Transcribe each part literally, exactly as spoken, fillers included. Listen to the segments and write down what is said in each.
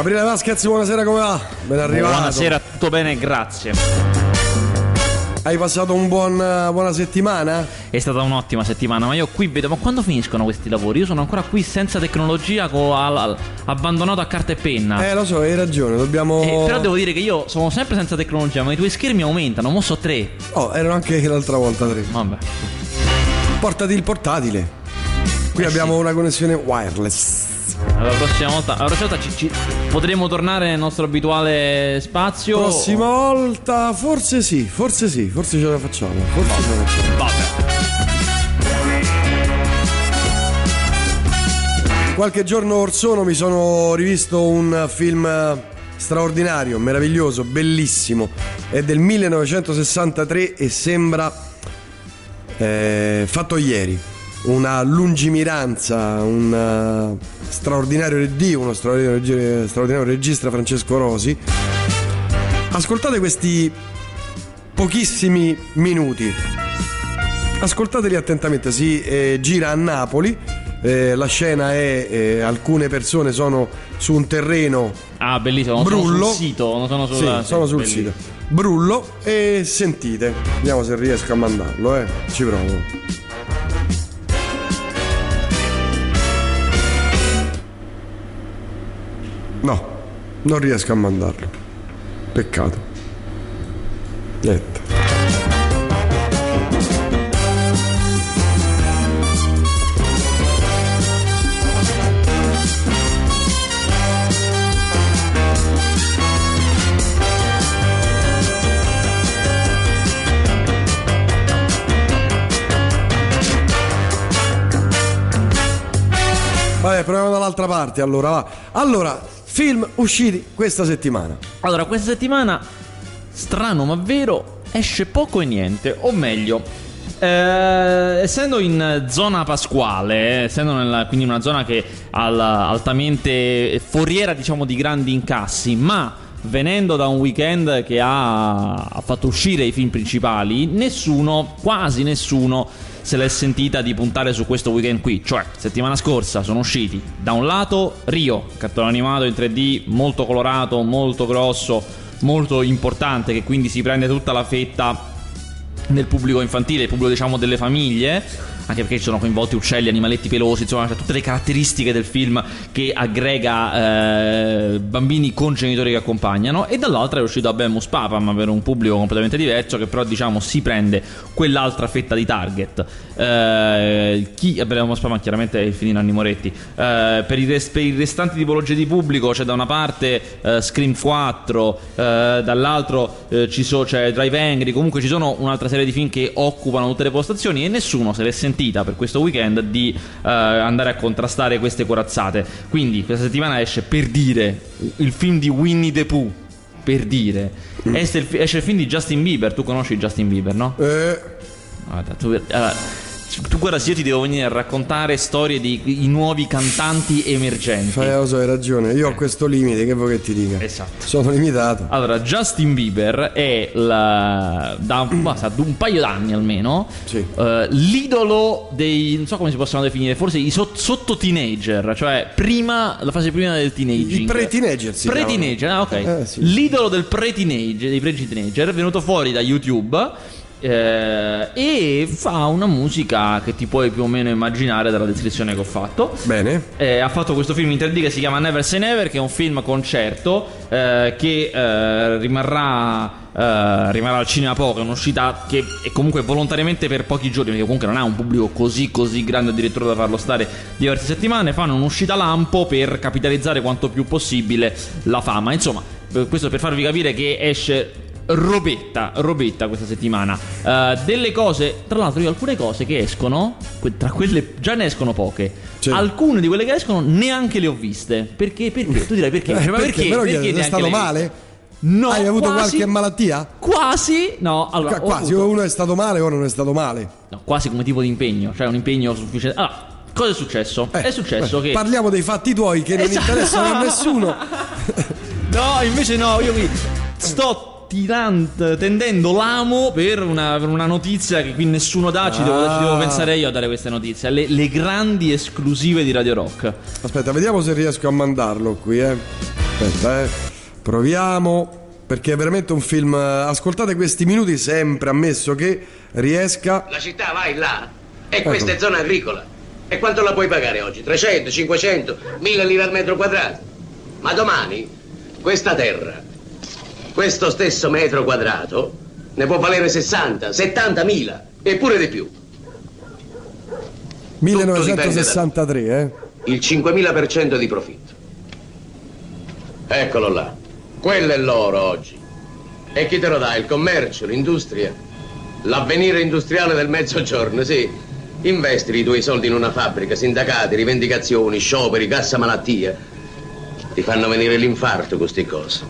Gabriele Vasquez, buonasera, come va? Ben arrivato. Buonasera, tutto bene, grazie. Hai passato un buon buona settimana? È stata un'ottima settimana, ma io qui vedo, ma quando finiscono questi lavori? Io sono ancora qui senza tecnologia, co- al- al- abbandonato a carta e penna. Eh, lo so, hai ragione, dobbiamo... Eh, però devo dire che io sono sempre senza tecnologia, ma i tuoi schermi aumentano, mo so tre. Oh, erano anche l'altra volta tre. Vabbè. Portati il portatile. Qui Eh, abbiamo sì. una connessione wireless. La prossima volta, la prossima volta ci, ci- potremo tornare nel nostro abituale spazio. Prossima volta, forse sì, forse sì, forse ce la facciamo. Forse ce la facciamo. Vabbè. Qualche giorno or sono mi sono rivisto un film straordinario, meraviglioso, bellissimo. È del millenovecentosessantatré e sembra eh, fatto ieri. Una lungimiranza, un uh, straordinario Dio, uno straordinario, regi- straordinario regista, Francesco Rosi. Ascoltate questi pochissimi minuti. Ascoltateli attentamente. Si eh, gira a Napoli. Eh, la scena è eh, alcune persone sono su un terreno. Ah, bellissimo. Brullo. Sono sul sito. Non sono Sì, sulla... sono sul bellissimo. sito. Brullo. E sentite. Vediamo se riesco a mandarlo, eh. Ci provo. No, non riesco a mandarlo. Peccato. Niente. Vabbè, proviamo dall'altra parte allora, va. Allora, film usciti questa settimana. Allora, questa settimana, strano ma vero, esce poco e niente, o meglio, eh, essendo in zona pasquale, eh, essendo nella, quindi una zona che al, altamente foriera, diciamo, di grandi incassi, ma venendo da un weekend che ha, ha fatto uscire i film principali, nessuno, quasi nessuno, se l'è sentita di puntare su questo weekend qui. Cioè, settimana scorsa sono usciti da un lato Rio, cartone animato in tre D molto colorato, molto grosso, molto importante, che quindi si prende tutta la fetta del pubblico infantile, il pubblico, diciamo, delle famiglie, anche perché ci sono coinvolti uccelli, animaletti pelosi, insomma, cioè tutte le caratteristiche del film che aggrega eh, bambini con genitori che accompagnano. E dall'altra è uscito Habemus Papam per un pubblico completamente diverso, che però, diciamo, si prende quell'altra fetta di target. Eh, chi Habemus Papam chiaramente è il film di Nanni Moretti. Eh, per, i res- per i restanti tipologie di pubblico c'è da una parte eh, Scream quattro, eh, dall'altro eh, ci so, c'è Drive Angry. Comunque ci sono un'altra serie di film che occupano tutte le postazioni e nessuno se l'è sentita per questo weekend di uh, andare a contrastare queste corazzate. Quindi questa settimana esce, per dire, il film di Winnie the Pooh, per dire, mm. esce, il, esce il film di Justin Bieber. Tu conosci Justin Bieber, no? Eh. Guarda, tu, uh, tu guarda, se io ti devo venire a raccontare storie di i nuovi cantanti emergenti. Fai, lo so, hai ragione. Io ho questo limite, che vuoi che ti dica? Esatto. Sono limitato. Allora, Justin Bieber è la, da basta, un paio d'anni almeno, sì. uh, l'idolo dei, non so come si possono definire, forse i so, sotto teenager, cioè prima, la fase prima del teenaging. I pre-teenager si Pre-teenager, ah, ok. Eh, sì. L'idolo del pre-teenager, dei pre-teenager, è venuto fuori da YouTube. Eh, e fa una musica che ti puoi più o meno immaginare dalla descrizione che ho fatto. Bene. Eh, ha fatto questo film in tre D che si chiama Never Say Never, che è un film concerto eh, che eh, rimarrà Uh, rimarrà al cinema poco. È un'uscita che è comunque volontariamente per pochi giorni, perché comunque non ha un pubblico così così grande addirittura da farlo stare diverse settimane. Fanno un'uscita lampo per capitalizzare quanto più possibile la fama. Insomma, questo per farvi capire che esce robetta, robetta questa settimana. uh, Delle cose, tra l'altro io alcune cose che escono, tra quelle già ne escono poche, sì. Alcune di quelle che escono neanche le ho viste. Perché? Perché? Tu dirai perché? Eh, ma perché? Perché? Però perché è stato male? No, hai avuto quasi, qualche malattia? Quasi. No, allora Qu- quasi, avuto... uno è stato male o non è stato male? No, quasi come tipo di impegno, cioè un impegno sufficiente. Allora, cosa è successo? Eh, è successo beh, che parliamo dei fatti tuoi che esatto. non interessano a nessuno. No, invece no, io qui sto tirando, tendendo l'amo per una, per una notizia che qui nessuno dà. Ci, ah. devo, ci devo pensare io a dare queste notizie. Le, le grandi esclusive di Radio Rock. Aspetta, vediamo se riesco a mandarlo qui, eh. Aspetta, eh. Proviamo, perché è veramente un film. Ascoltate questi minuti, sempre ammesso che riesca. La città, vai là. E questa è zona agricola. E quanto la puoi pagare oggi? trecento, cinquecento, mille lire al metro quadrato. Ma domani questa terra, questo stesso metro quadrato, ne può valere sessanta, settanta mila, eppure di più. millenovecentosessantatré, eh? Il cinquemila per cento di profitto. Eccolo là. Quello è l'oro oggi. E chi te lo dà? Il commercio, l'industria? L'avvenire industriale del mezzogiorno, sì. Investi i tuoi soldi in una fabbrica, sindacati, rivendicazioni, scioperi, cassa malattia. Ti fanno venire l'infarto queste cose.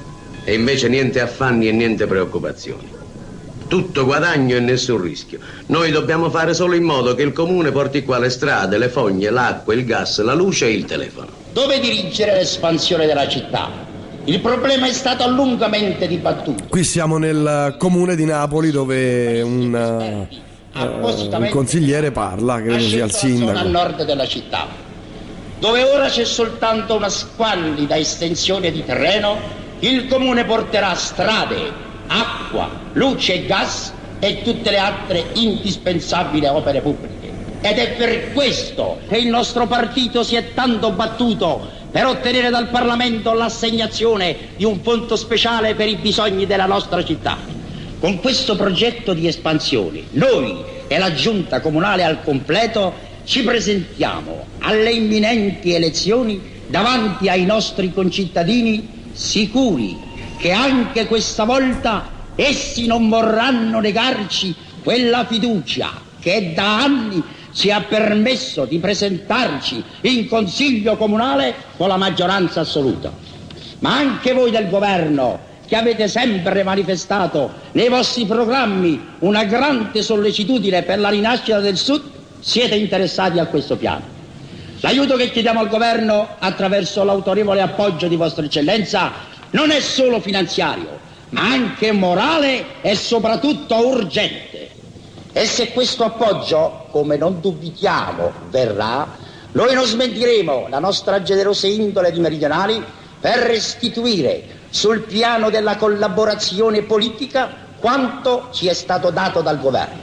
E invece niente affanni e niente preoccupazioni. Tutto guadagno e nessun rischio. Noi dobbiamo fare solo in modo che il comune porti qua le strade, le fogne, l'acqua, il gas, la luce e il telefono. Dove dirigere l'espansione della città? Il problema è stato lungamente dibattuto. Qui siamo nel comune di Napoli, dove un, uh, un consigliere parla, credo sia il sindaco. A nord della città, dove ora c'è soltanto una squallida estensione di terreno, il comune porterà strade, acqua, luce e gas e tutte le altre indispensabili opere pubbliche. Ed è per questo che il nostro partito si è tanto battuto per ottenere dal Parlamento l'assegnazione di un fondo speciale per i bisogni della nostra città. Con questo progetto di espansione, noi e la Giunta Comunale al completo ci presentiamo alle imminenti elezioni davanti ai nostri concittadini, sicuri che anche questa volta essi non vorranno negarci quella fiducia che da anni ci ha permesso di presentarci in Consiglio Comunale con la maggioranza assoluta. Ma anche voi del governo, che avete sempre manifestato nei vostri programmi una grande sollecitudine per la rinascita del Sud, siete interessati a questo piano. L'aiuto che chiediamo al governo attraverso l'autorevole appoggio di Vostra Eccellenza non è solo finanziario, ma anche morale e soprattutto urgente. E se questo appoggio, come non dubitiamo, verrà, noi non smentiremo la nostra generosa indole di meridionali per restituire sul piano della collaborazione politica quanto ci è stato dato dal governo.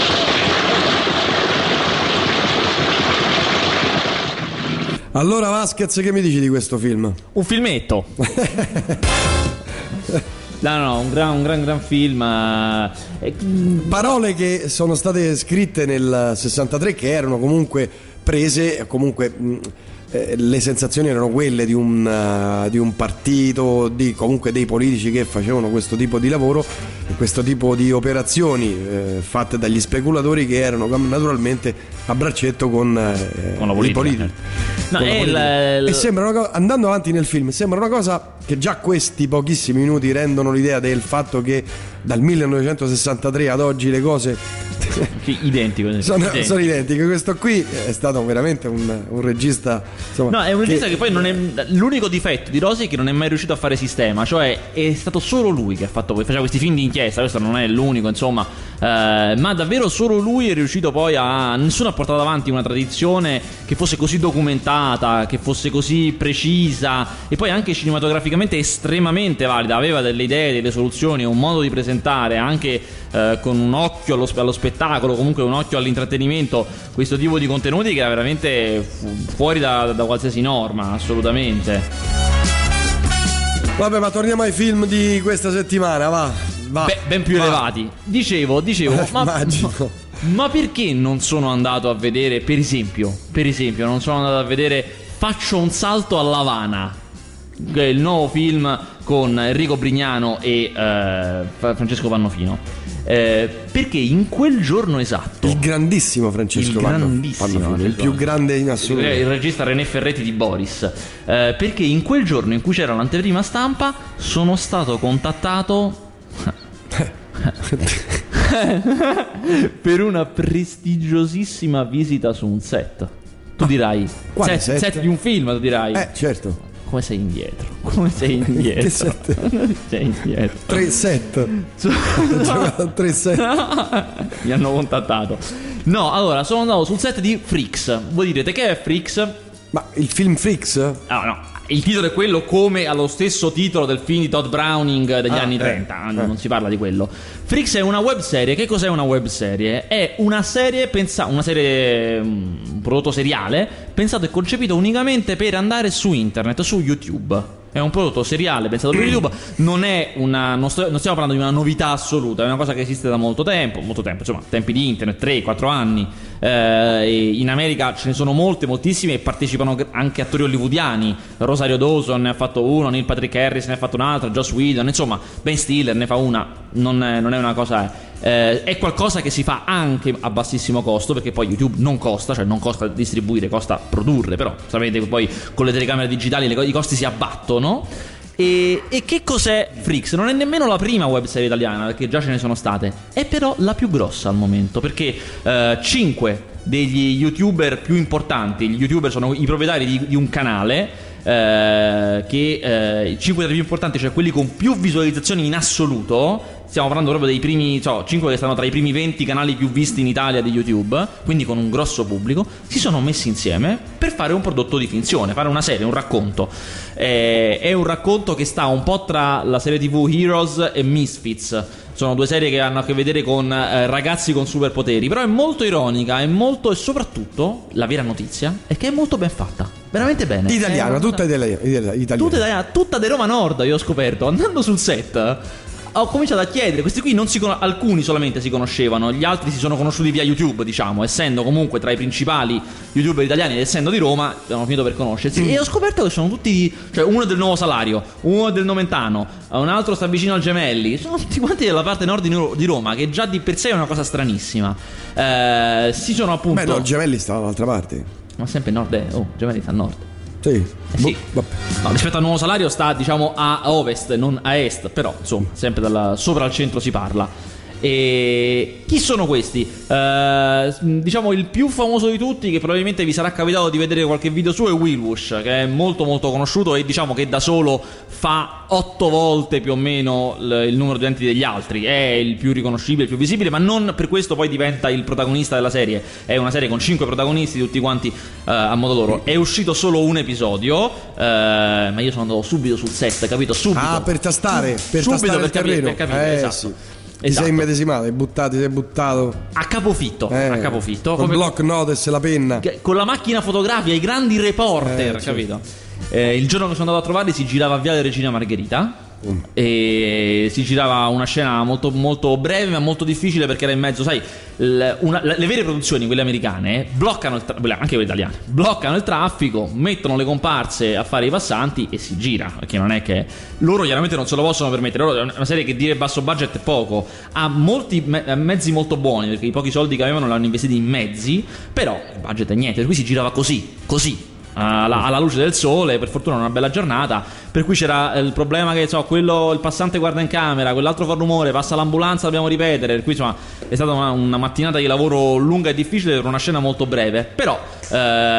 Allora Vasquez, che mi dici di questo film? Un filmetto. No, no, un gran, un gran, gran film. Eh. Parole che sono state scritte nel sessantatré, che erano comunque prese, comunque mh, eh, le sensazioni erano quelle di un, uh, di un partito, di comunque dei politici che facevano questo tipo di lavoro e questo tipo di operazioni eh, fatte dagli speculatori, che erano naturalmente a braccetto con, eh, con la politica. I politici. No, con la il, politica. il... E sembra una cosa, andando avanti nel film, sembra una cosa che già questi pochissimi minuti rendono l'idea del fatto che dal millenovecentosessantatré ad oggi le cose identico, sono, identico. sono identiche. Questo qui è stato veramente un, un regista, insomma, no, è un regista che, che poi non è, l'unico difetto di Rosi è che non è mai riuscito a fare sistema, cioè è stato solo lui che ha fatto, faceva questi film di inchiesta. Questo non è l'unico, insomma, eh, ma davvero solo lui è riuscito poi a, nessuno ha portato avanti una tradizione che fosse così documentata, che fosse così precisa e poi anche cinematograficamente estremamente valida. Aveva delle idee, delle soluzioni, un modo di presentare anche eh, con un occhio allo, allo spettacolo, comunque un occhio all'intrattenimento, questo tipo di contenuti che era veramente fu- fuori da, da qualsiasi norma, assolutamente. Vabbè, ma torniamo ai film di questa settimana, va, va Beh, ben più va. elevati. Dicevo, dicevo, ma, ma, ma perché non sono andato a vedere, per esempio, per esempio, non sono andato a vedere Faccio un salto a L'Havana, che è il nuovo film con Enrico Brignano e eh, Francesco Pannofino, eh, perché in quel giorno esatto il grandissimo Francesco il grandissimo Pannofino, il più grande in assoluto, il, il regista René Ferretti di Boris, eh, perché in quel giorno in cui c'era l'anteprima stampa sono stato contattato per una prestigiosissima visita su un set. Tu dirai quale set, set? set di un film, tu dirai eh certo. Come sei indietro? Come sei indietro? Che set? Sei indietro. Tre set. Ho giocato tre set. Mi hanno contattato. No, allora sono andato sul set di Freaks. Voi direte che è Freaks? Ma il film Freaks? Ah, no, il titolo è quello, come allo stesso titolo del film di Todd Browning degli ah, anni eh, trenta, eh. non si parla di quello. Freaks è una web serie. Che cos'è una web serie? È una serie pensata, una serie, un prodotto seriale pensato e concepito unicamente per andare su internet, su YouTube. È un prodotto seriale pensato per YouTube, non è una non, sto, non stiamo parlando di una novità assoluta, è una cosa che esiste da molto tempo, molto tempo, insomma, tempi di internet, tre quattro anni. Eh, in America ce ne sono molte, moltissime, e partecipano anche attori hollywoodiani. Rosario Dawson ne ha fatto uno, Neil Patrick Harris ne ha fatto un'altra, Joss Whedon, insomma, Ben Stiller ne fa una. Non è, non è una cosa... Eh, è qualcosa che si fa anche a bassissimo costo, perché poi YouTube non costa, cioè non costa distribuire, costa produrre, però sapete poi con le telecamere digitali le, i costi si abbattono. E, e che cos'è Freaks? Non è nemmeno la prima web serie italiana, perché già ce ne sono state, è però la più grossa al momento, perché eh, cinque degli youtuber più importanti, gli youtuber sono i proprietari di, di un canale, eh, che eh, cinque dei più importanti, cioè quelli con più visualizzazioni in assoluto. Stiamo parlando proprio dei primi, cioè, cinque che stanno tra i primi venti canali più visti in Italia di YouTube, quindi con un grosso pubblico, si sono messi insieme per fare un prodotto di finzione, fare una serie, un racconto. Eh, è un racconto che sta un po' tra la serie tivù Heroes e Misfits. Sono due serie che hanno a che vedere con eh, ragazzi con superpoteri, però è molto ironica, è molto, e soprattutto la vera notizia è che è molto ben fatta, veramente bene. Italiana, tutta italiana, italiana. Tutta italiana, tutta di Roma Nord, io ho scoperto, andando sul set. Ho cominciato a chiedere, questi qui non si con- alcuni solamente si conoscevano, gli altri si sono conosciuti via YouTube, diciamo, essendo comunque tra i principali youtuber italiani ed essendo di Roma, hanno finito per conoscersi. Mm. E ho scoperto che sono tutti, cioè uno è del Nuovo Salario, uno è del Nomentano, un altro sta vicino al Gemelli, sono tutti quanti della parte nord di, di Roma, che già di per sé è una cosa stranissima. Eh, si sono appunto... Beh no, il Gemelli sta dall'altra parte. Ma sempre nord è, oh, Gemelli sta a nord. Sì, Eh sì. Boh, no, rispetto al Nuovo Salario sta, diciamo, a ovest, non a est, però insomma sempre dalla, sopra al centro si parla. E chi sono questi? Uh, diciamo il più famoso di tutti, che probabilmente vi sarà capitato di vedere qualche video su, è Will Wush, che è molto molto conosciuto e diciamo che da solo fa otto volte più o meno l- il numero di utenti degli altri. È il più riconoscibile, il più visibile, ma non per questo poi diventa il protagonista della serie. È una serie con cinque protagonisti, tutti quanti uh, a modo loro. È uscito solo un episodio, uh, ma io sono andato subito sul set, capito? Subito. Ah, per tastare, per subito tastare per il capire, terreno. per capire, eh, esatto. Sì. Ti Esatto. sei immedesimato, hai buttato, ti sei buttato a capofitto, eh, a capofitto, con come block notes e la penna, con la macchina fotografica, i grandi reporter, eh, capito? Eh, il giorno che sono andato a trovarli si girava a Viale Regina Margherita. Mm. E si girava una scena molto, molto breve ma molto difficile, perché era in mezzo, sai, l- una, le vere produzioni, quelle americane, bloccano il tra- anche quelle italiane, bloccano il traffico, mettono le comparse a fare i passanti e si gira, perché non è che loro chiaramente non se lo possono permettere. Loro è una serie che dire basso budget è poco, ha molti me- mezzi molto buoni, perché i pochi soldi che avevano l'hanno investiti in mezzi, però il budget è niente, per cui si girava così, così alla, alla luce del sole, per fortuna una bella giornata, per cui c'era il problema che so, quello, il passante guarda in camera, quell'altro fa rumore, passa l'ambulanza, dobbiamo ripetere, per cui insomma è stata una, una mattinata di lavoro lunga e difficile per una scena molto breve, però eh,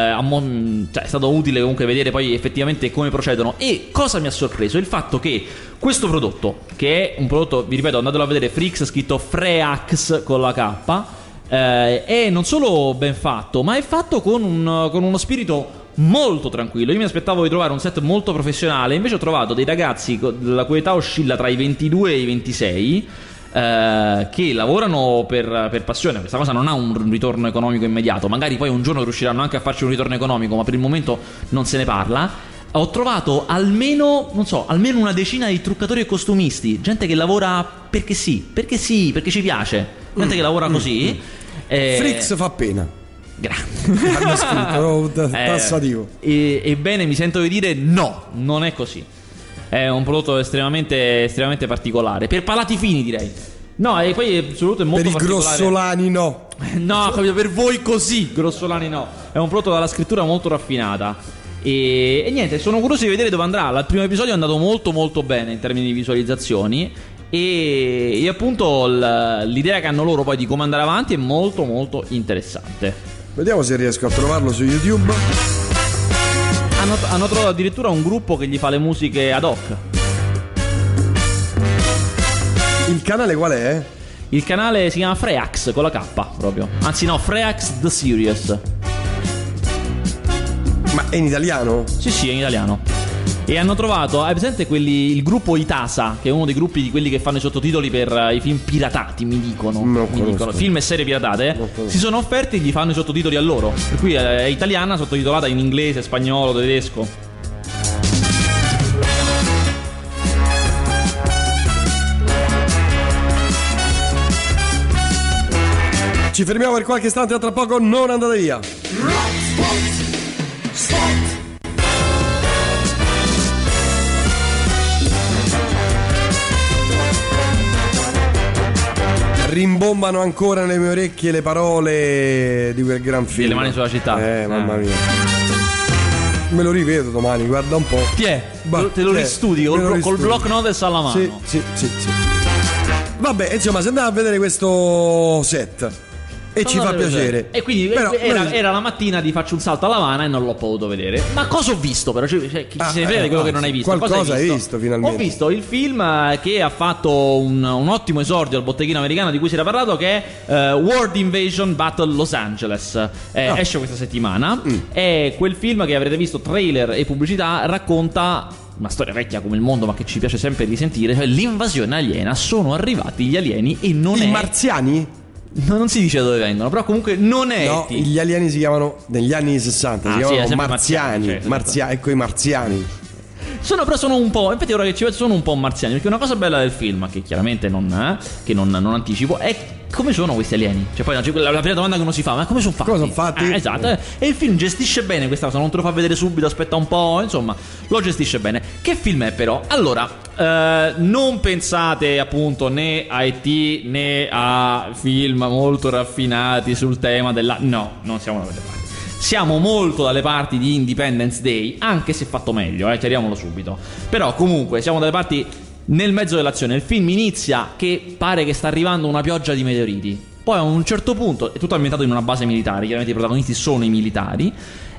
mo- cioè, è stato utile comunque vedere poi effettivamente come procedono. E cosa mi ha sorpreso? Il fatto che questo prodotto, che è un prodotto, vi ripeto, andatelo a vedere, Freaks, scritto Freax con la K, eh, è non solo ben fatto, ma è fatto con, un, con uno spirito molto tranquillo. Io mi aspettavo di trovare un set molto professionale, invece ho trovato dei ragazzi la cui età oscilla tra i ventidue e i ventisei, eh, che lavorano per, per passione. Questa cosa non ha un ritorno economico immediato, magari poi un giorno riusciranno anche a farci un ritorno economico, ma per il momento non se ne parla. Ho trovato almeno, non so, almeno una decina di truccatori e costumisti, gente che lavora perché sì, perché sì, perché ci piace, gente mm. che lavora così. mm. eh... Freaks fa pena. Grande. Hanno scritto tassativo. Eh, ebbene, mi sento di dire no, non è così. È un prodotto estremamente, estremamente particolare. Per palati fini, direi. No, e poi soprattutto è molto per particolare. Per i grossolani no. No, capito, per voi così, grossolani no. È un prodotto dalla scrittura molto raffinata. E, e niente, sono curioso di vedere dove andrà. Il primo episodio è andato molto molto bene in termini di visualizzazioni. E, e appunto l'idea che hanno loro poi di come andare avanti è molto molto interessante. Vediamo se riesco a trovarlo su YouTube. Hanno, hanno trovato addirittura un gruppo che gli fa le musiche ad hoc. Il canale qual è? Il canale si chiama Freax con la K proprio. Anzi no, Freax The Series. Ma È in italiano? Sì, sì, è in italiano. E hanno trovato, hai presente quelli, il gruppo Itasa, che è uno dei gruppi di quelli che fanno i sottotitoli per uh, i film piratati, mi dicono, Non mi dicono film e serie piratate, si sono offerti e gli fanno i sottotitoli a loro. Per cui è italiana, sottotitolata in inglese, spagnolo, tedesco. Ci fermiamo per qualche istante, tra poco non andate via. Rimbombano ancora nelle mie orecchie le parole di quel gran film. Le mani sulla città. Eh, mamma ah. mia. Me lo rivedo domani, guarda un po'. Ti è? Bah, te lo eh, ristudi col, lo col block notes alla mano. Sì, sì, sì, sì. Vabbè, insomma, se andiamo a vedere questo set e ci fa piacere. E quindi però, era, noi... era la mattina di Faccio un salto alla Havana e non l'ho potuto vedere. Ma cosa ho visto però? Cioè, cioè, chi ah, se ne frega eh, di quello ah, che non hai visto? Qualcosa cosa hai visto? visto? hai visto finalmente? Ho visto il film che ha fatto un, un ottimo esordio al botteghino americano di cui si era parlato, che è uh, World Invasion Battle Los Angeles. eh, ah. Esce questa settimana. mm. È quel film che avrete visto trailer e pubblicità, racconta una storia vecchia come il mondo, ma che ci piace sempre risentire, cioè l'invasione aliena. Sono arrivati gli alieni e non I è... marziani? No, non si dice da dove vengono, però comunque non è. No, gli alieni si chiamano negli anni sessanta, Ah, si sì, chiamano è sempre marziani, marziani, certo, Marzia- ecco i marziani. Sono però sono un po', infatti ora che ci vedo sono un po' marziani, perché una cosa bella del film, che chiaramente non, eh, che non, non anticipo, è come sono questi alieni. Cioè poi la, la prima domanda che uno si fa, ma come sono fatti? Come sono fatti? Eh, esatto, eh. E il film gestisce bene questa cosa, non te lo fa vedere subito, aspetta un po', insomma, lo gestisce bene. Che film è però? Allora, eh, non pensate appunto né a E T né a film molto raffinati sul tema della... No, non siamo da quelle parti. Siamo molto dalle parti di Independence Day, anche se fatto meglio, eh, chiariamolo subito. Però comunque siamo dalle parti nel mezzo dell'azione. Il film inizia che pare che sta arrivando una pioggia di meteoriti. Poi a un certo punto, è tutto ambientato in una base militare, chiaramente i protagonisti sono i militari,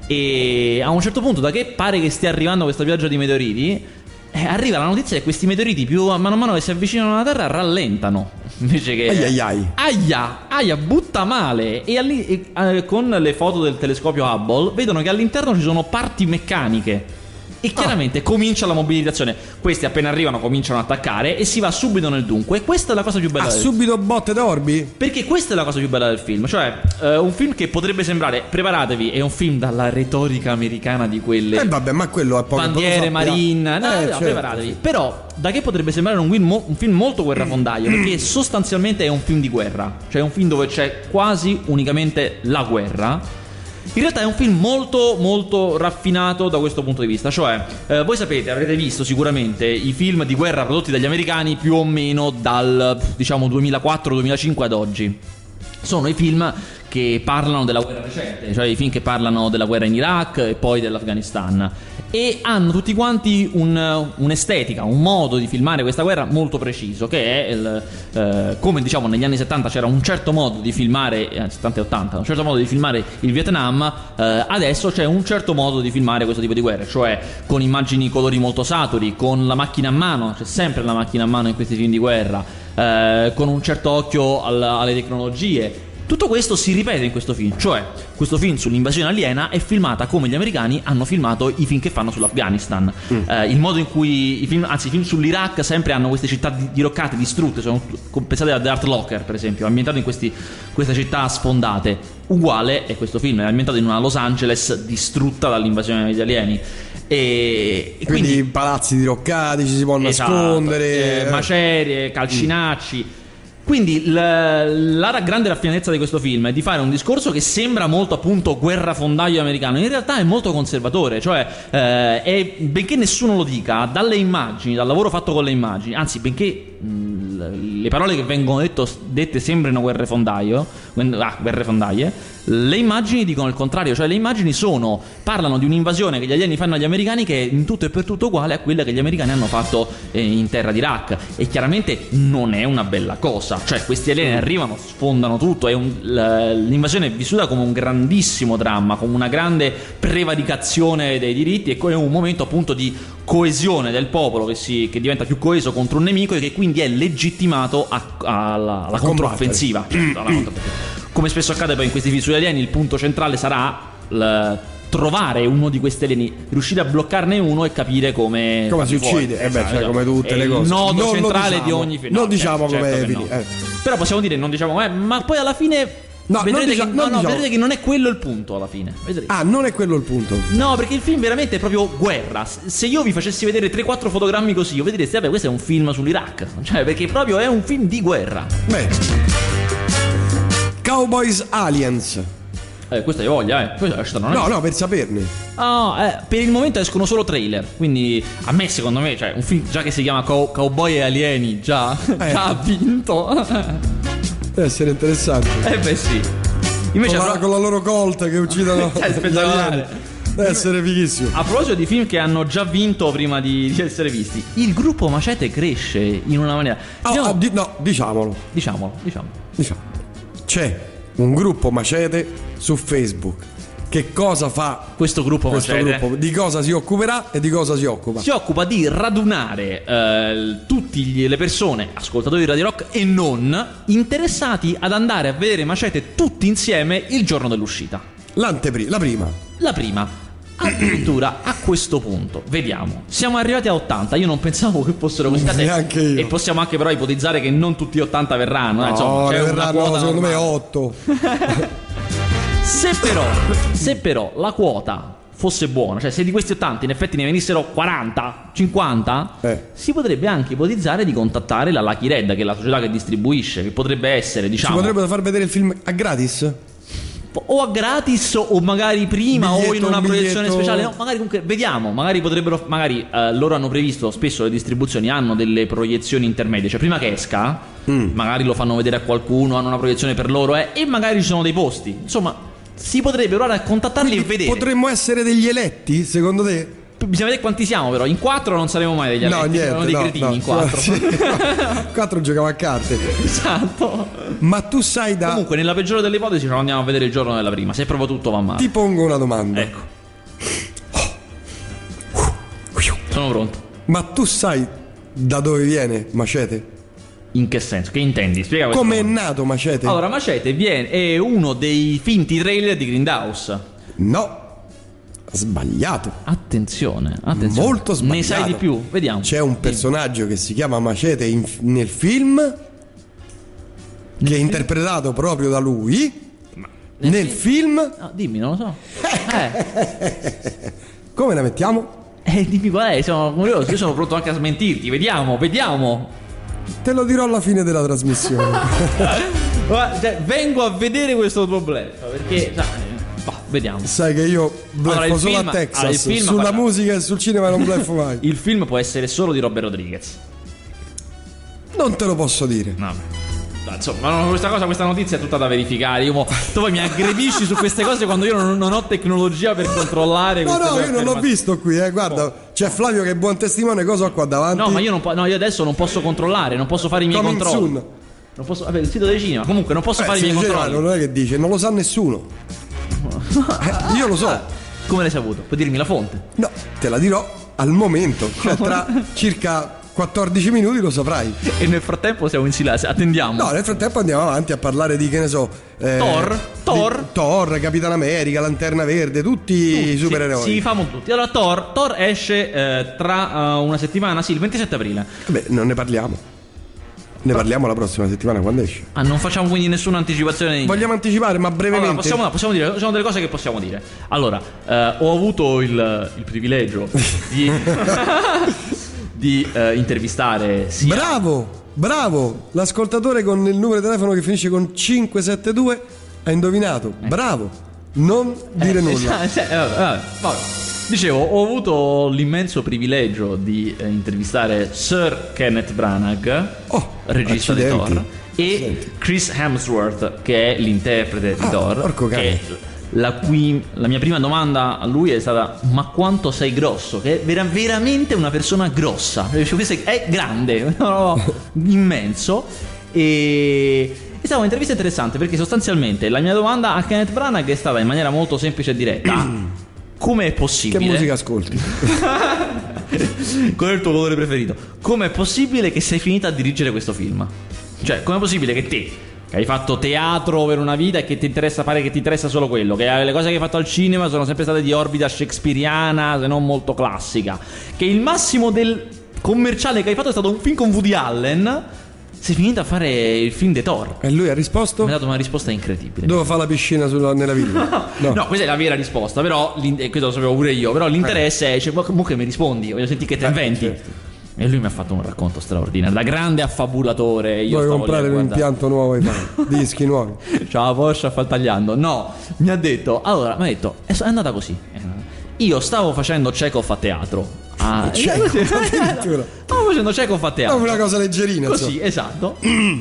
e a un certo punto, da che pare che stia arrivando questa pioggia di meteoriti, eh, arriva la notizia che questi meteoriti, più a mano a mano che si avvicinano alla Terra, rallentano. Invece che ai ai ai. aia, aia, butta male. E, alli- e eh, con le foto del telescopio Hubble vedono che all'interno ci sono parti meccaniche. E chiaramente ah. comincia la mobilitazione. Questi appena arrivano cominciano ad attaccare e si va subito nel dunque. E questa è la cosa più bella ah, del subito botte d'orbi? Perché questa è la cosa più bella del film. Cioè eh, un film che potrebbe sembrare, preparatevi, è un film dalla retorica americana di quelle Eh vabbè, ma quello è poco bandiere, marine. No, eh, no, certo. preparatevi. Però da che potrebbe sembrare un film, mo- un film molto guerrafondaio, perché sostanzialmente è un film di guerra. Cioè è un film dove c'è quasi unicamente la guerra. In realtà è un film molto molto raffinato da questo punto di vista. Cioè eh, voi sapete, avrete visto sicuramente i film di guerra prodotti dagli americani più o meno dal diciamo duemilaquattro duemilacinque ad oggi. Sono i film che parlano della guerra recente, cioè i film che parlano della guerra in Iraq e poi dell'Afghanistan, e hanno tutti quanti un, un'estetica, un modo di filmare questa guerra molto preciso, che è il, eh, come diciamo negli anni settanta c'era un certo modo di filmare, eh, settanta e ottanta, un certo modo di filmare il Vietnam, eh, adesso c'è un certo modo di filmare questo tipo di guerre, cioè con immagini colori molto saturi, con la macchina a mano, c'è sempre la macchina a mano in questi film di guerra, eh, con un certo occhio alla, alle tecnologie. Tutto questo si ripete in questo film, cioè questo film sull'invasione aliena è filmata come gli americani hanno filmato i film che fanno sull'Afghanistan. Mm. Eh, il modo in cui i film, anzi i film sull'Iraq sempre hanno queste città diroccate, distrutte, sono, pensate a The Art Locker per esempio, ambientato in questi, queste città sfondate. Uguale è questo film, è ambientato in una Los Angeles distrutta dall'invasione degli alieni. E, e quindi, quindi palazzi diroccati, ci si può esatto, nascondere, eh, macerie, calcinacci. Mm. Quindi la, la grande raffinatezza di questo film è di fare un discorso che sembra molto appunto guerrafondaio americano, in realtà è molto conservatore, cioè eh, è, benché nessuno lo dica, dalle immagini, dal lavoro fatto con le immagini, anzi benché mh, le parole che vengono detto, dette sembrino guerrafondaio, ah, guerrafondaie, le immagini dicono il contrario, cioè le immagini sono, parlano di un'invasione che gli alieni fanno agli americani che è in tutto e per tutto uguale a quella che gli americani hanno fatto eh, in terra d'Iraq, e chiaramente non è una bella cosa. Cioè questi alieni arrivano, sfondano tutto, è un, l'invasione è vissuta come un grandissimo dramma, come una grande prevaricazione dei diritti, e come un momento appunto di coesione del popolo che, si, che diventa più coeso contro un nemico e che quindi è legittimato a, a, alla, alla controffensiva. Certo, alla controffensiva. Come spesso accade poi in questi film sugli alieni, il punto centrale sarà l- trovare uno di questi alieni, riuscire a bloccarne uno e capire come come si uccide, eh beh, cioè, come tutte le cose. Il nodo non centrale diciamo, di ogni film. non no, diciamo certo, come certo no. no. eh. Però possiamo dire, non diciamo come, ma poi alla fine no, vedrete, non dicia- che, non no, no, diciamo. vedrete che non è quello il punto alla fine. Vedrete. Ah, non è quello il punto. No, perché il film veramente è proprio guerra. Se io vi facessi vedere tre quattro fotogrammi così, io vedrete, vabbè, questo è un film sull'Iraq. Cioè, perché proprio è un film di guerra. Beh, Cowboys Aliens. Eh, questa è voglia, eh. Questa non è... No, no, per saperne. No, eh, per il momento escono solo trailer. Quindi a me, secondo me, cioè, un film già che si chiama Cow- Cowboy e Alieni, già, Eh. già ha vinto. Deve essere interessante. Eh beh sì. Invece Con la, a, pro- con la loro colta che uccidono Cioè, gli spettacolare. alieni. Deve essere fighissimo. a proposito di film che hanno già vinto prima di, di essere visti, il gruppo Macete cresce in una maniera. Ah, Andiamo- ah, di- no, diciamolo, Diciamolo, diciamo. diciamo. C'è un gruppo Macete su Facebook. Che cosa fa Questo gruppo questo Macete gruppo? Di cosa si occuperà e di cosa si occupa? si occupa di radunare eh, tutte le persone, ascoltatori di Radio Rock e non, interessati ad andare a vedere Macete tutti insieme il giorno dell'uscita. L'antepri- la prima. La prima, addirittura a questo punto, vediamo, siamo arrivati a ottanta. Io non pensavo che fossero così tante. Neanche io. E possiamo anche però ipotizzare che non tutti gli ottanta verranno. eh, No, insomma, c'è ne una verranno quota secondo me normale. otto. Se però, se però la quota fosse buona, cioè se di questi ottanta in effetti ne venissero quaranta, cinquanta, Eh. si potrebbe anche ipotizzare di contattare la Lucky Red, che è la società che distribuisce, che potrebbe essere, Ci diciamo, potrebbero far vedere il film a gratis? o a gratis o magari prima o in Biglietto, una un proiezione biglietto. speciale. No, magari comunque vediamo, magari potrebbero, magari eh, loro hanno previsto, spesso le distribuzioni hanno delle proiezioni intermedie, cioè prima che esca, Mm. magari lo fanno vedere a qualcuno, hanno una proiezione per loro eh, e magari ci sono dei posti. Insomma, si potrebbe ora contattarli e vedere. Potremmo essere degli eletti, secondo te? Bisogna vedere quanti siamo, però. In quattro non saremo mai degli No, aletti, niente, saremo dei no, cretini no. in quattro. Sì, no. Quattro giocava a carte. Esatto. Ma tu sai da... Comunque, nella peggiore delle ipotesi, ce lo andiamo a vedere il giorno della prima. Se proprio tutto va male. Ti pongo una domanda. Ecco. Sono pronto. Ma tu sai da dove viene Macete? In che senso? Che intendi? Spiega questo. Come è nato Macete? Allora, Macete viene, è uno dei finti trailer di Grindhouse. No, sbagliato. Attenzione, attenzione. Molto sbagliato. Ne sai di più? Vediamo. C'è un personaggio che si chiama Macete in- nel film, che è interpretato proprio da lui. nel Nel film, No, dimmi, non lo so. Eh, come la mettiamo? eh, dimmi qual è, sono curioso. Io sono pronto anche a smentirti. Vediamo, vediamo. Te lo dirò alla fine della trasmissione. Guarda, cioè, vengo a vedere questo tuo bluff perché sai, bah, vediamo. Sai che io bluffo Allora, il solo film- a Texas. allora, il film- Sulla guarda. musica e sul cinema non bluffo mai. Il film può essere solo di Robert Rodriguez. Non te lo posso dire. No, beh. Insomma, no, questa cosa, questa notizia è tutta da verificare. Io mo- tu poi mi aggredisci su queste cose quando io non, non ho tecnologia per controllare. No, queste no, tue io non l'ho affermazioni. visto qui, eh. Guarda, c'è Flavio che è buon testimone. Cosa ho qua davanti? No, ma io, non po- no, io adesso non posso controllare, non posso fare i miei Coming controlli. soon. Non posso, vabbè, il sito del cinema. Comunque, non posso Eh, fare i si miei diceva, controlli. non è che dice, non lo sa nessuno. Eh, io lo so. Come l'hai saputo? Puoi dirmi la fonte? No, te la dirò al momento. Cioè, tra circa quattordici minuti lo saprai. E nel frattempo siamo in silenzio. Attendiamo. No, nel frattempo andiamo avanti a parlare di, che ne so, eh, Thor, Thor. di- Thor, Capitan America, Lanterna Verde, tutti i supereroi. Sì, sì, famo tutti. Allora, Thor, Thor esce eh, tra uh, una settimana, sì, il ventisette aprile. Vabbè, non ne parliamo. Ne parliamo la prossima settimana quando esce. Ah, non facciamo quindi nessuna anticipazione. Di... Vogliamo anticipare, ma brevemente. Allora, possiamo, possiamo dire, ci sono delle cose che possiamo dire. Allora, eh, ho avuto il, il privilegio di, di eh, intervistare sia... Bravo, bravo. L'ascoltatore con il numero di telefono che finisce con cinque sette due ha indovinato. Bravo. Non dire Eh, nulla. eh, eh, vabbè, vabbè, vabbè. Dicevo, ho avuto l'immenso privilegio di eh, intervistare Sir Kenneth Branagh, Oh, regista di accidenti. Thor, e Chris Hemsworth, che è l'interprete di Ah, Thor. porco cane. Che la, cui, la mia prima domanda a lui è stata: ma quanto sei grosso? Che è vera- veramente una persona grossa. Cioè, questo è, è grande, no, immenso. E è stata un'intervista interessante perché sostanzialmente la mia domanda a Kenneth Branagh è stata in maniera molto semplice e diretta: come è Che possibile? musica ascolti? Qual è il tuo colore preferito? Come è possibile che sei finita a dirigere questo film? Cioè, com'è possibile che te, che hai fatto teatro per una vita e che ti interessa fare, che ti interessa solo quello, che le cose che hai fatto al cinema sono sempre state di orbita shakespeariana, se non molto classica, che il massimo del commerciale che hai fatto è stato un film con Woody Allen, sei finito a fare il film di Thor. E lui ha risposto? Mi ha dato una risposta incredibile. Dove fa la piscina sulla, nella villa? No. No, questa è la vera risposta, però questo lo sapevo pure io, però l'interesse eh. è, cioè, comunque mi rispondi, voglio sentire che te inventi. Eh, certo. E lui mi ha fatto un racconto straordinario, da grande affabulatore. Io vuoi comprare un impianto nuovo ai dischi nuovi? Ciao la Porsche a far tagliando. No, mi ha detto, allora, mi ha detto, è andata così. Io stavo facendo Chekhov a teatro. Ah, Chekhov, addirittura. Stavo facendo Chekhov a teatro. Una cosa leggerina. Così, insomma. Esatto.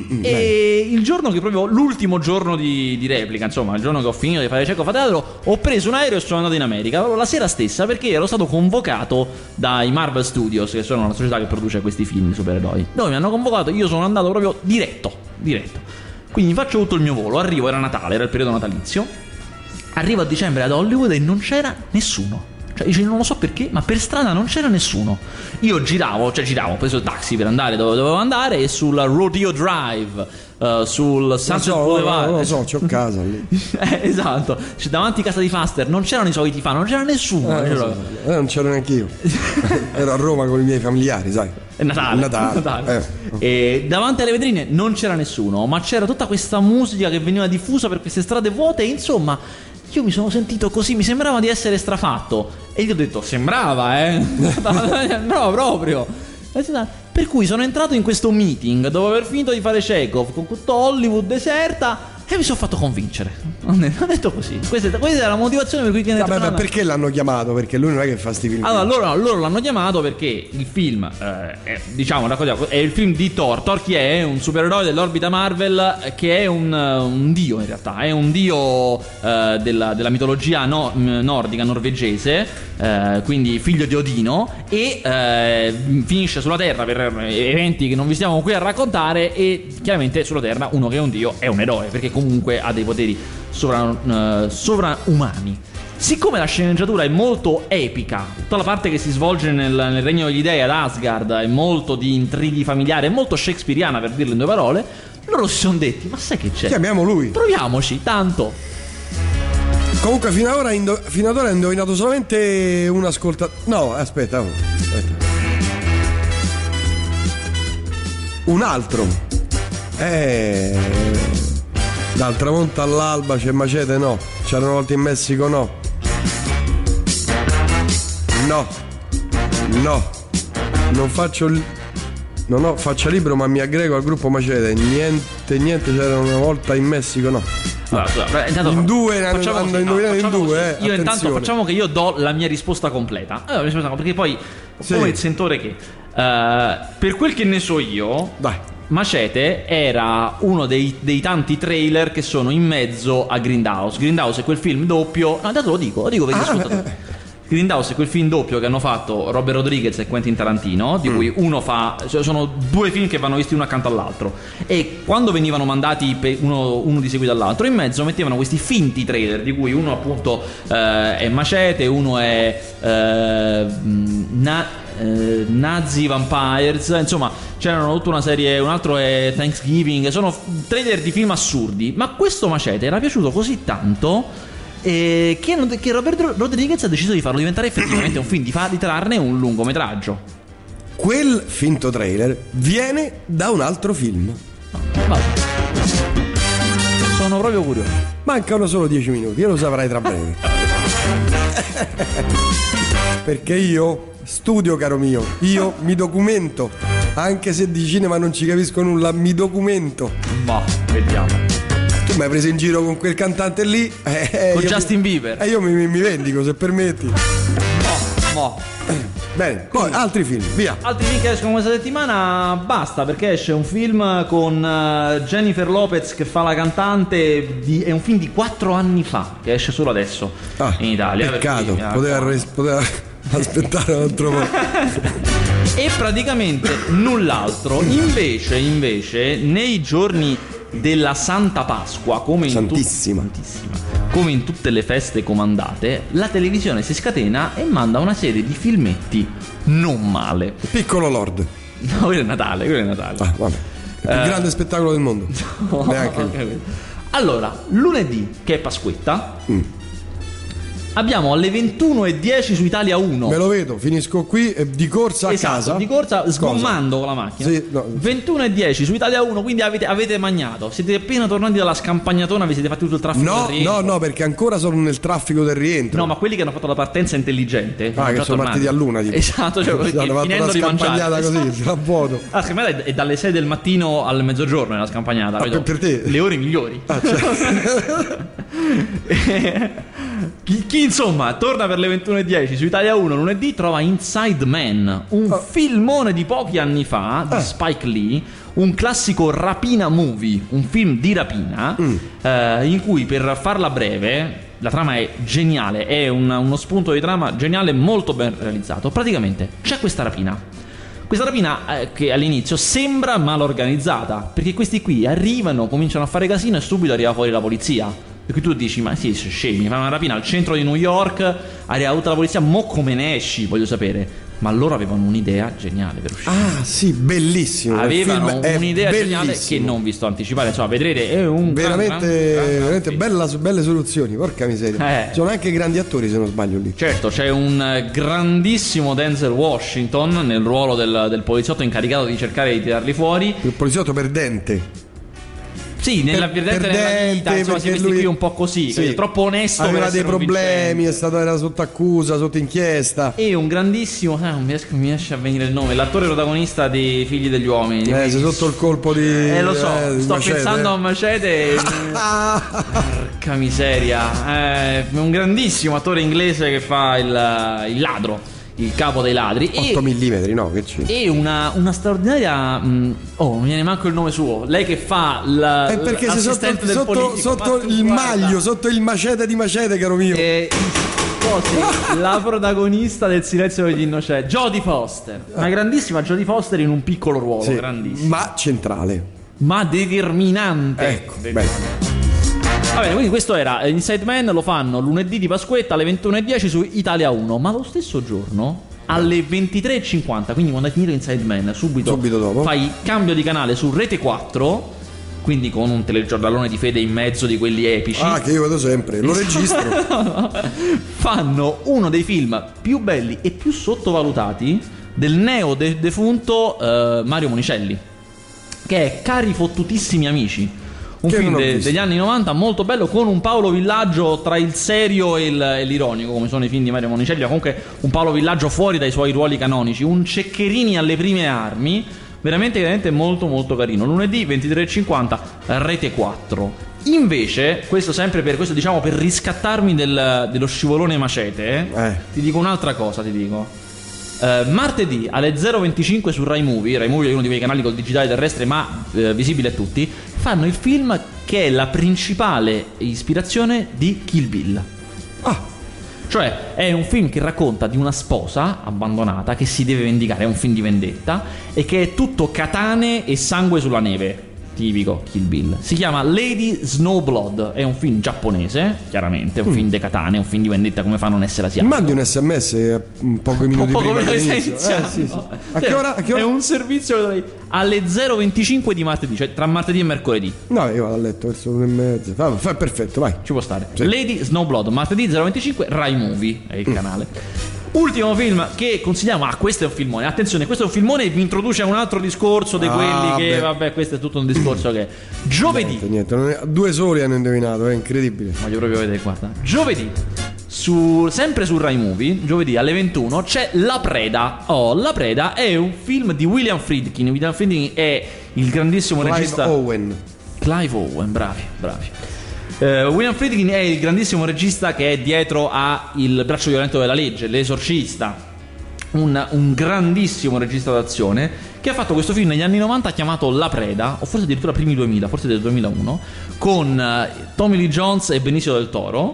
E il giorno che proprio, l'ultimo giorno di, di replica, insomma, il giorno che ho finito di fare Chekhov a teatro, ho preso un aereo e sono andato in America, proprio la sera stessa, perché ero stato convocato dai Marvel Studios, che sono una società che produce questi film di supereroi, dove mi hanno convocato, io sono andato proprio diretto, diretto. Quindi faccio tutto il mio volo, arrivo, era Natale, era il periodo natalizio, arrivo a dicembre ad Hollywood e non c'era nessuno. Cioè, dice, non lo so perché, ma per strada non c'era nessuno. Io giravo, cioè giravo, ho preso il taxi per andare dove dovevo andare, e sul Rodeo Drive, uh, sul Sunset so, Boulevard, non lo so, c'ho casa lì. eh, esatto, cioè, davanti a casa di Faster non c'erano i soliti fan, non c'era nessuno. Eh, c'era... so, eh, non c'ero neanche io. Ero a Roma con i miei familiari, sai. È Natale, Natale. Natale. Eh. E davanti alle vetrine non c'era nessuno, ma c'era tutta questa musica che veniva diffusa per queste strade vuote, e insomma io mi sono sentito così, mi sembrava di essere strafatto. E gli ho detto, sembrava, eh? No, proprio. Per cui sono entrato in questo meeting dopo aver finito di fare Chekhov con tutto Hollywood deserta, e mi sono fatto convincere. Ho detto così. Questa è, questa è la motivazione per cui Kenneth Vabbè, Branagh... perché l'hanno chiamato? Perché lui non è che fa sti film. Allora loro, loro l'hanno chiamato perché il film eh, è, diciamo una cosa, è il film di Thor. Thor chi è? È un supereroe dell'orbita Marvel, che è un, un dio in realtà. È un dio eh, della, della mitologia no, nordica, norvegese, eh, quindi figlio di Odino, e eh, finisce sulla Terra per eventi che non vi stiamo qui a raccontare, e chiaramente sulla Terra uno che è un dio è un eroe, perché comunque ha dei poteri sovra, uh, sovraumani. Siccome la sceneggiatura è molto epica, tutta la parte che si svolge nel, nel regno degli dei ad Asgard è molto di intrighi familiari, è molto shakespeariana, per dirlo in due parole, loro si sono detti, ma sai che c'è? Chiamiamo lui. Proviamoci, tanto. Comunque fino ad ora, indo- fino ad ora ha indovinato solamente un ascoltatore. No, aspetta, aspetta. Un altro. Eh... Dal tramonto all'alba c'è Macete, no. C'erano volte in Messico, no. No. No. Non faccio il... Non ho faccia libero, ma mi aggrego al gruppo Macete. Niente, niente, c'erano una volta in Messico, no. Allora, intanto, in due hanno, facciamo hanno così, indovinato no, in due, eh. Io attenzione. Intanto facciamo che io do la mia risposta completa. Allora, perché poi sì. Come il sentore che uh, per quel che ne so io, dai, Macete era uno dei, dei tanti trailer che sono in mezzo a Grindhouse. Grindhouse è quel film doppio. No, intanto lo dico, lo dico per gli ascoltatori. Ah, Grindhouse è quel film doppio che hanno fatto Robert Rodriguez e Quentin Tarantino, di mm. cui uno fa, cioè sono due film che vanno visti uno accanto all'altro, e quando venivano mandati uno, uno di seguito all'altro, in mezzo mettevano questi finti trailer, di cui uno appunto eh, è Macete, uno è eh, na, eh, Nazi Vampires, insomma c'erano tutta una serie, un altro è Thanksgiving, sono trailer di film assurdi, ma questo Macete era piaciuto così tanto E che, che Robert Rodriguez ha deciso di farlo diventare effettivamente un film, di, far, di trarne un lungometraggio. Quel finto trailer viene da un altro film. Vabbè. Sono proprio curioso. Mancano solo dieci minuti, io lo saprai tra breve. Perché io studio, caro mio. Io mi documento. Anche se di cinema non ci capisco nulla, mi documento. Ma vediamo. Tu mi hai preso in giro con quel cantante lì, eh, con io Justin mi, Bieber. E eh, io mi, mi, mi vendico, se permetti. No, no. Bene, poi altri film, via. Altri film che escono questa settimana, basta, perché esce un film con uh, Jennifer Lopez che fa la cantante, di, è un film di quattro anni fa, che esce solo adesso ah, in Italia. Peccato, perché, poteva, res- poteva aspettare un altro po'. E praticamente null'altro. Invece, invece, nei giorni della Santa Pasqua, come in, Santissima. Tu- come in tutte le feste comandate, la televisione si scatena e manda una serie di filmetti non male. Piccolo Lord. No, quello è Natale, quello è Natale. Ah, vabbè. Il più grande spettacolo del mondo. No, Neanche okay. Allora, lunedì, che è Pasquetta, mm. abbiamo alle ventuno e dieci su Italia uno. Me lo vedo, finisco qui e di corsa a esatto, casa. Di corsa sgommando con la macchina. Sì, no. ventuno e dieci su Italia uno, quindi avete, avete magnato. Siete appena tornati dalla scampagnatona, vi siete fatti tutto il traffico no, del rientro. No, no, perché ancora sono nel traffico del rientro. No, ma quelli che hanno fatto la partenza intelligente. Ah, che sono partiti a luna, tipo. Esatto, cioè sì, hanno fatto una scampagnata così, esatto. Tra vuoto. La scampagnata è dalle sei del mattino al mezzogiorno nella scampagnata. Ah, per, per te? Le ore migliori. Ah, certo. chi, chi insomma torna per le ventuno e dieci su Italia uno lunedì trova Inside Man, un oh. filmone di pochi anni fa di eh. Spike Lee, un classico rapina movie, un film di rapina mm. eh, in cui, per farla breve, la trama è geniale, è un, uno spunto di trama geniale, molto ben realizzato. Praticamente c'è questa rapina Questa rapina eh, che all'inizio sembra mal organizzata, perché questi qui arrivano, cominciano a fare casino e subito arriva fuori la polizia. E qui tu dici, ma sì, scemi, fai una rapina al centro di New York, arriva tutta la polizia, mo come ne esci, voglio sapere. Ma loro avevano un'idea geniale per uscire. Ah sì, bellissimo. Avevano un'idea geniale che non vi sto anticipare, insomma, vedrete, è un veramente, gran, gran, gran, veramente bella, belle soluzioni, porca miseria. Eh. Sono anche grandi attori, se non sbaglio, lì. Certo, c'è un grandissimo Denzel Washington nel ruolo del, del poliziotto incaricato di cercare di tirarli fuori. Il poliziotto perdente. Sì, nella per, perdente nella vita, insomma, si vesti qui un po' così, sì. Troppo onesto, aveva per dei problemi, è stato, era sotto accusa, sotto inchiesta. E un grandissimo, ah, non mi riesce, mi riesce a venire il nome, l'attore protagonista dei Figli degli Uomini. Eh, sei sotto il colpo di Eh, lo so, eh, sto Macete. pensando a Macete. Porca miseria. È un grandissimo attore inglese che fa il, il ladro, il capo dei ladri. otto millimetri, no? Che c'è? E una, una straordinaria. Mh, oh, non mi viene manco il nome suo. Lei che fa la. È perché sei sotto, del sotto, sotto il guarda. maglio, sotto il macete di Macete, caro mio. E, così, la protagonista del Silenzio degli Innocenti, Jodie Foster. Una grandissima Jodie Foster in un piccolo ruolo, sì, grandissimo. Ma centrale. Ma determinante. Ecco, determinante. Va bene, quindi questo era Inside Man, lo fanno lunedì di Pasquetta alle ventuno e dieci su Italia uno, ma lo stesso giorno alle ventitré e cinquanta, quindi quando hai finito Inside Man, subito, subito dopo fai cambio di canale su Rete quattro, quindi con un telegiornalone di fede in mezzo di quelli epici. Ah, che io vedo sempre, lo registro. Fanno uno dei film più belli e più sottovalutati del neo de- defunto uh, Mario Monicelli, che è Cari fottutissimi amici. Un che film de- degli anni novanta molto bello, con un Paolo Villaggio tra il serio e, il, e l'ironico, come sono i film di Mario Monicelli. Comunque un Paolo Villaggio fuori dai suoi ruoli canonici, un Ceccherini alle prime armi, veramente, veramente molto molto carino. Lunedì ventitré e cinquanta, Rete quattro. Invece, questo sempre per questo, diciamo, per riscattarmi del, dello scivolone Macete, eh, eh. ti dico un'altra cosa, ti dico. Uh, martedì alle zero venticinque su Rai Movie, Rai Movie è uno di quei canali col digitale terrestre ma uh, visibile a tutti, fanno il film che è la principale ispirazione di Kill Bill. Ah, cioè è un film che racconta di una sposa abbandonata che si deve vendicare, è un film di vendetta e che è tutto katane e sangue sulla neve, tipico Kill Bill. Si chiama Lady Snowblood, è un film giapponese, chiaramente, è un mm. film de katane, è un film di vendetta, come fa a non essere asiatico. Mandi un sms un pochi minuti un prima che eh, sì, sì. A che ora? A che ora? È un servizio alle zero venticinque di martedì, cioè tra martedì e mercoledì. No, io vado a letto verso l'una e mezza. Fa, fa perfetto, vai. Ci può stare. Sì. Lady Snowblood, martedì zero venticinque, Rai Movie è il mm. canale. Ultimo film che consigliamo. Ah, questo è un filmone. Attenzione, questo è un filmone e vi introduce a un altro discorso di ah, quelli che beh. Vabbè, questo è tutto un discorso che giovedì niente, niente non è, due soli hanno indovinato, è incredibile. Voglio proprio vedere, guarda. Giovedì su, sempre su Rai Movie, giovedì alle ventuno c'è La Preda. Oh, La Preda è un film di William Friedkin. William Friedkin è il grandissimo Clive regista Owen. Clive Owen, bravi, bravi. Uh, William Friedkin è il grandissimo regista che è dietro a Il braccio violento della legge, L'Esorcista, un, un grandissimo regista d'azione che ha fatto questo film negli anni novanta chiamato La Preda, o forse addirittura primi duemila, forse del duemilauno, con uh, Tommy Lee Jones e Benicio del Toro.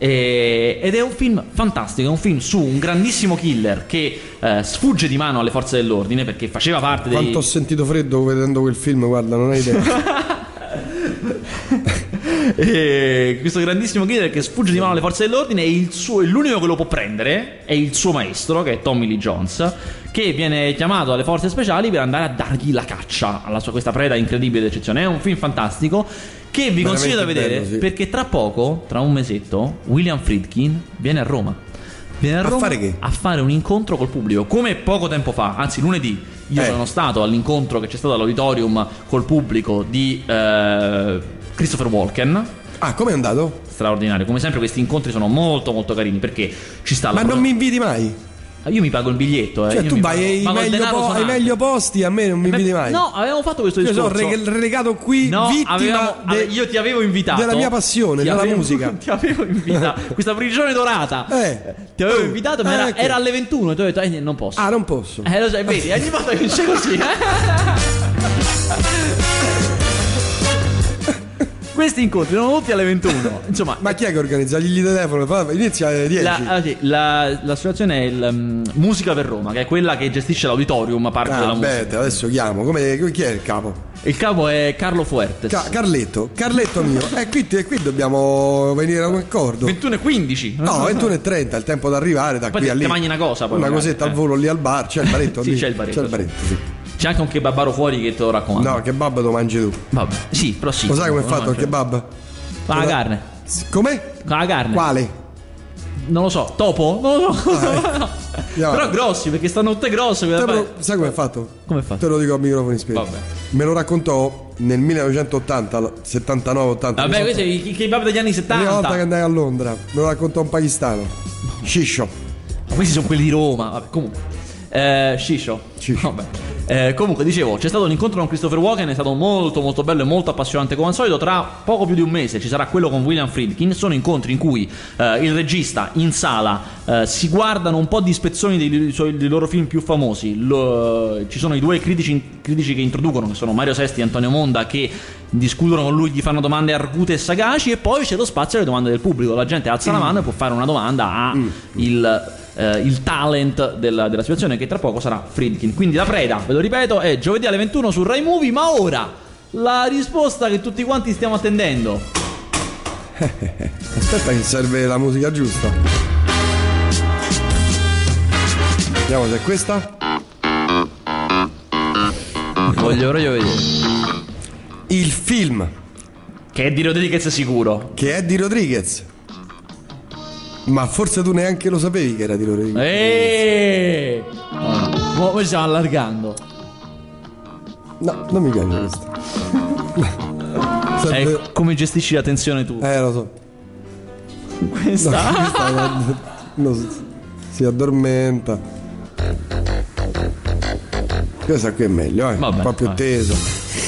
E, ed è un film fantastico, è un film su un grandissimo killer che uh, sfugge di mano alle forze dell'ordine perché faceva parte dei... Quanto ho sentito freddo vedendo quel film, guarda, non hai idea. E questo grandissimo killer che sfugge di mano alle forze dell'ordine e il suo, l'unico che lo può prendere è il suo maestro, che è Tommy Lee Jones, che viene chiamato dalle forze speciali per andare a dargli la caccia alla sua questa preda incredibile ed eccezione. È un film fantastico che vi consiglio da vedere, bello, sì. perché tra poco, tra un mesetto, William Friedkin viene a Roma. Viene a Roma a fare che? A fare un incontro col pubblico, come poco tempo fa, anzi lunedì io eh. sono stato all'incontro che c'è stato all'auditorium col pubblico di eh, Christopher Walken. Ah, com'è andato? Straordinario, come sempre questi incontri sono molto molto carini, perché ci sta la Ma pro- non mi inviti mai? Io mi pago il biglietto, eh. Cioè Io tu mi vai pago- ai pago il meglio, denaro po- ai sonante. meglio posti, a me non mi Eh beh, inviti mai. No, avevamo fatto questo Io discorso. sono reg- relegato qui No, vittima avevamo- de- ave- io ti avevo invitato della mia passione, Ti della avevo- musica. Ti avevo invitato. Questa prigione dorata. Eh. Ti avevo Oh, invitato, ma eh, era, ecco. era alle ventuno e tu hai detto eh, non posso. Ah, non posso. Eh, lo sai, vedi, ogni volta vince così. Questi incontri sono tutti alle ventuno. Insomma, Ma chi è che organizza? Gli telefono, fa- inizia alle dieci. la, ah, sì, la, l'associazione è il um, Musica per Roma, che è quella che gestisce l'auditorium, parte Ah, della beh, musica. adesso chiamo. Come, chi è il capo? Il capo è Carlo Fuertes. Ca- Carletto, Carletto mio. Eh, qui, qui dobbiamo venire a un accordo. ventuno e quindici. No, ventuno e trenta, il tempo di arrivare da Poi qui ti- a lì. ti mangi una cosa, poi Una magari. cosetta al Eh. volo lì al bar. C'è il baretto Sì, lì? c'è il baretto, C'è il baretto, sì. C'è anche un kebabaro fuori che te lo raccomando. No, che kebab lo mangi tu. Vabbè. Sì, però sì. Lo sai come è no, fatto no, il cioè- kebab? Con la carne. Come? Con la carne. Quale? Non lo so. Topo? Non lo so. Ah, Andiamo Però avanti. grossi, perché stanno tutte grosse. Te quelle- lo- sai come è fatto? Come è fatto? Te lo dico a microfoni spenti. Vabbè. Me lo raccontò nel millenovecentottanta, settantanove ottanta. Vabbè, questi sono i i kebab degli anni La prima volta che settanta. andai a Londra, me lo raccontò un pakistano. Shisho. Ma questi sono quelli di Roma. Vabbè, comunque. Eh, Shisho. Shisho. Vabbè. Eh, comunque, dicevo, c'è stato un incontro con Christopher Walken, è stato molto molto bello e molto appassionante come al solito. Tra poco più di un mese ci sarà quello con William Friedkin. Sono incontri in cui eh, il regista in sala eh, si guardano un po' di spezzoni dei, dei, suoi- dei loro film più famosi. Lo- ci sono i due critici, critici che introducono, che sono Mario Sesti e Antonio Monda, che discutono con lui, gli fanno domande argute e sagaci, e poi c'è lo spazio alle domande del pubblico. La gente alza la mano e può fare una domanda a il eh, il talent della, della situazione, che tra poco sarà Friedkin. Quindi La Preda, ve lo ripeto, è giovedì alle ventuno su Rai Movie. Ma ora la risposta che tutti quanti stiamo attendendo. Aspetta che serve la musica giusta. Vediamo se è questa. Voglio proprio vedere. Il film Che è di Rodriguez sicuro. che è di Rodriguez. Ma forse tu neanche lo sapevi che era di Rodriguez. Eeeh, mo noi stiamo allargando. No, non mi piace questo. Serve- È come gestisci la tensione tu. Eh, lo so. Questa. No, questa non- non- si addormenta. Questa qui è meglio, eh. Vabbè, un po' più vai. teso.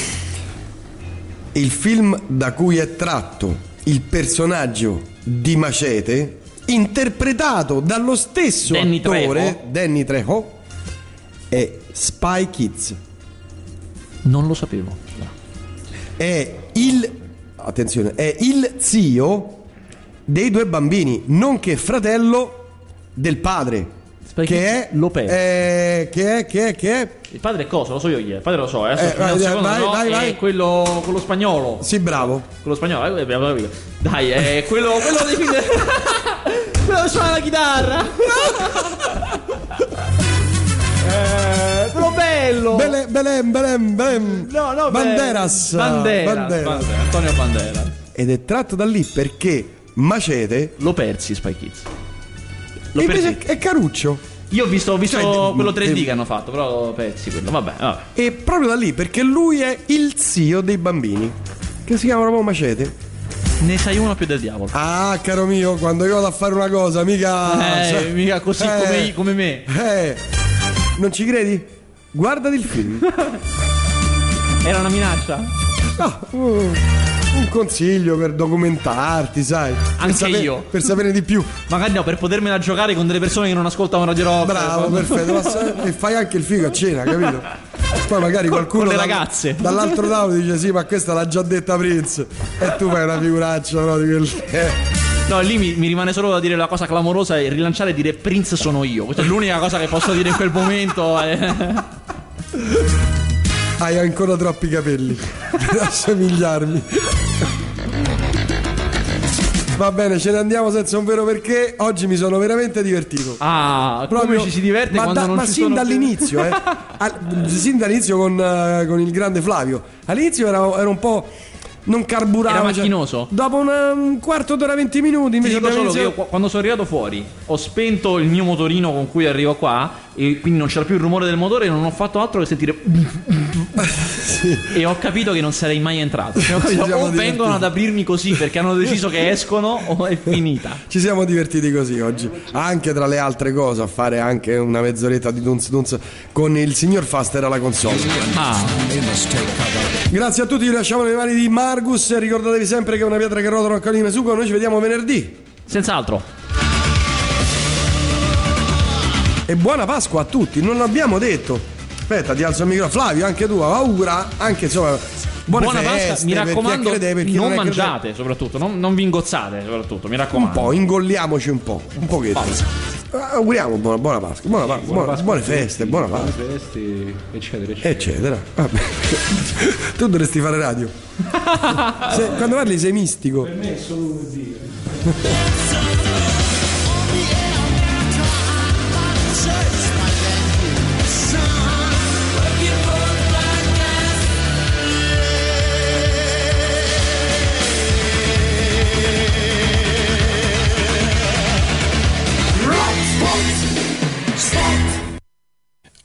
Il film da cui è tratto il personaggio di Macete, interpretato dallo stesso Danny attore, Trejo. Danny Trejo, è Spy Kids. Non lo sapevo. È il attenzione, è il zio dei due bambini, nonché fratello del padre. Spy che Kids è, lo perdo. è che è che è che è Il padre è cosa? Lo so io chi è. Il padre lo so. Adesso Eh, aspetta vai, un secondo, vai, no? vai, vai. È quello, quello spagnolo. sì, bravo. Quello spagnolo, eh, abbiamo capito. Dai, è quello, quello dei film. Quello che suona la chitarra. eh, quello bello. Bele, Belem, Belem, Belem. No, no, Banderas. Banderas. Banderas. Banderas. Antonio Banderas. Ed è tratto da lì perché Macete Lo persi, Spy Kids. Lo invece persi. è Caruccio. Io ho visto, ho visto Cioè, quello tre D de- che hanno fatto, però lo persi quello. Vabbè, vabbè. E proprio da lì perché lui è il zio dei bambini, che si chiama proprio Macete. Ne sai uno più del diavolo. Ah, caro mio, quando io vado a fare una cosa, mica. Eh, mica così come- come me. Eh, non ci credi? Guardati il film. Era una minaccia? No, uh, un consiglio per documentarti, sai. Per Anche sape- io. Per sapere di più. Magari no, per potermela giocare con delle persone che non ascoltano Radio Rock. Bravo, perfetto. Ma sai- E fai anche il figo a cena, capito? Poi magari Con- qualcuno con le dal- ragazze. dall'altro tavolo dice sì, ma questa l'ha già detta Prince. E tu fai una figuraccia, no? Di quelle. Eh. No, lì mi, mi rimane solo da dire la cosa clamorosa e rilanciare e dire Prince sono io. Questa è l'unica cosa che posso dire in quel momento. eh. Hai ancora troppi capelli per assomigliarmi. Va bene, ce ne andiamo senza un vero perché. Oggi mi sono veramente divertito. Ah, Proprio, come ci si diverte ma quando da, non ma ci sin sono dall'inizio, eh. Al, sin dall'inizio con, uh, con il grande Flavio. All'inizio era, era un po'. Non carburava. Era macchinoso. Cioè, dopo una, un quarto d'ora, venti minuti. Ti Invece dico solo iniziato... che io quando sono arrivato fuori ho spento il mio motorino con cui arrivo qua e quindi non c'era più il rumore del motore e non ho fatto altro che sentire sì. E ho capito che non sarei mai entrato. Cioè, ho capito, o vengono divertiti. Ad aprirmi così perché hanno deciso che escono o è finita. Ci siamo divertiti così oggi, anche tra le altre cose a fare anche una mezz'oretta di Dunz Dunz con il signor Faster alla console. Ah. Grazie a tutti, vi lasciamo nelle mani di Margus. Ricordatevi sempre che una pietra che rotola non cade in sugo. Noi ci vediamo venerdì. Senz'altro. E buona Pasqua a tutti, non l'abbiamo detto. Aspetta, ti alzo il microfono. Flavio, anche tu, augura, anche insomma, buone buona feste, Pasqua, mi raccomando, per chi crede, per chi non, non mangiate crede. Soprattutto, non, non vi ingozzate soprattutto, mi Un raccomando. po', ingolliamoci un po', un pochetto. Auguriamo buona, buona Pasqua, buona, Pasqua, buona, Pasqua, buone feste, buona Pasqua. Buone feste, eccetera, eccetera. Eccetera. Vabbè. Tu dovresti fare radio. Se, quando parli sei mistico. Per me è solo un dire.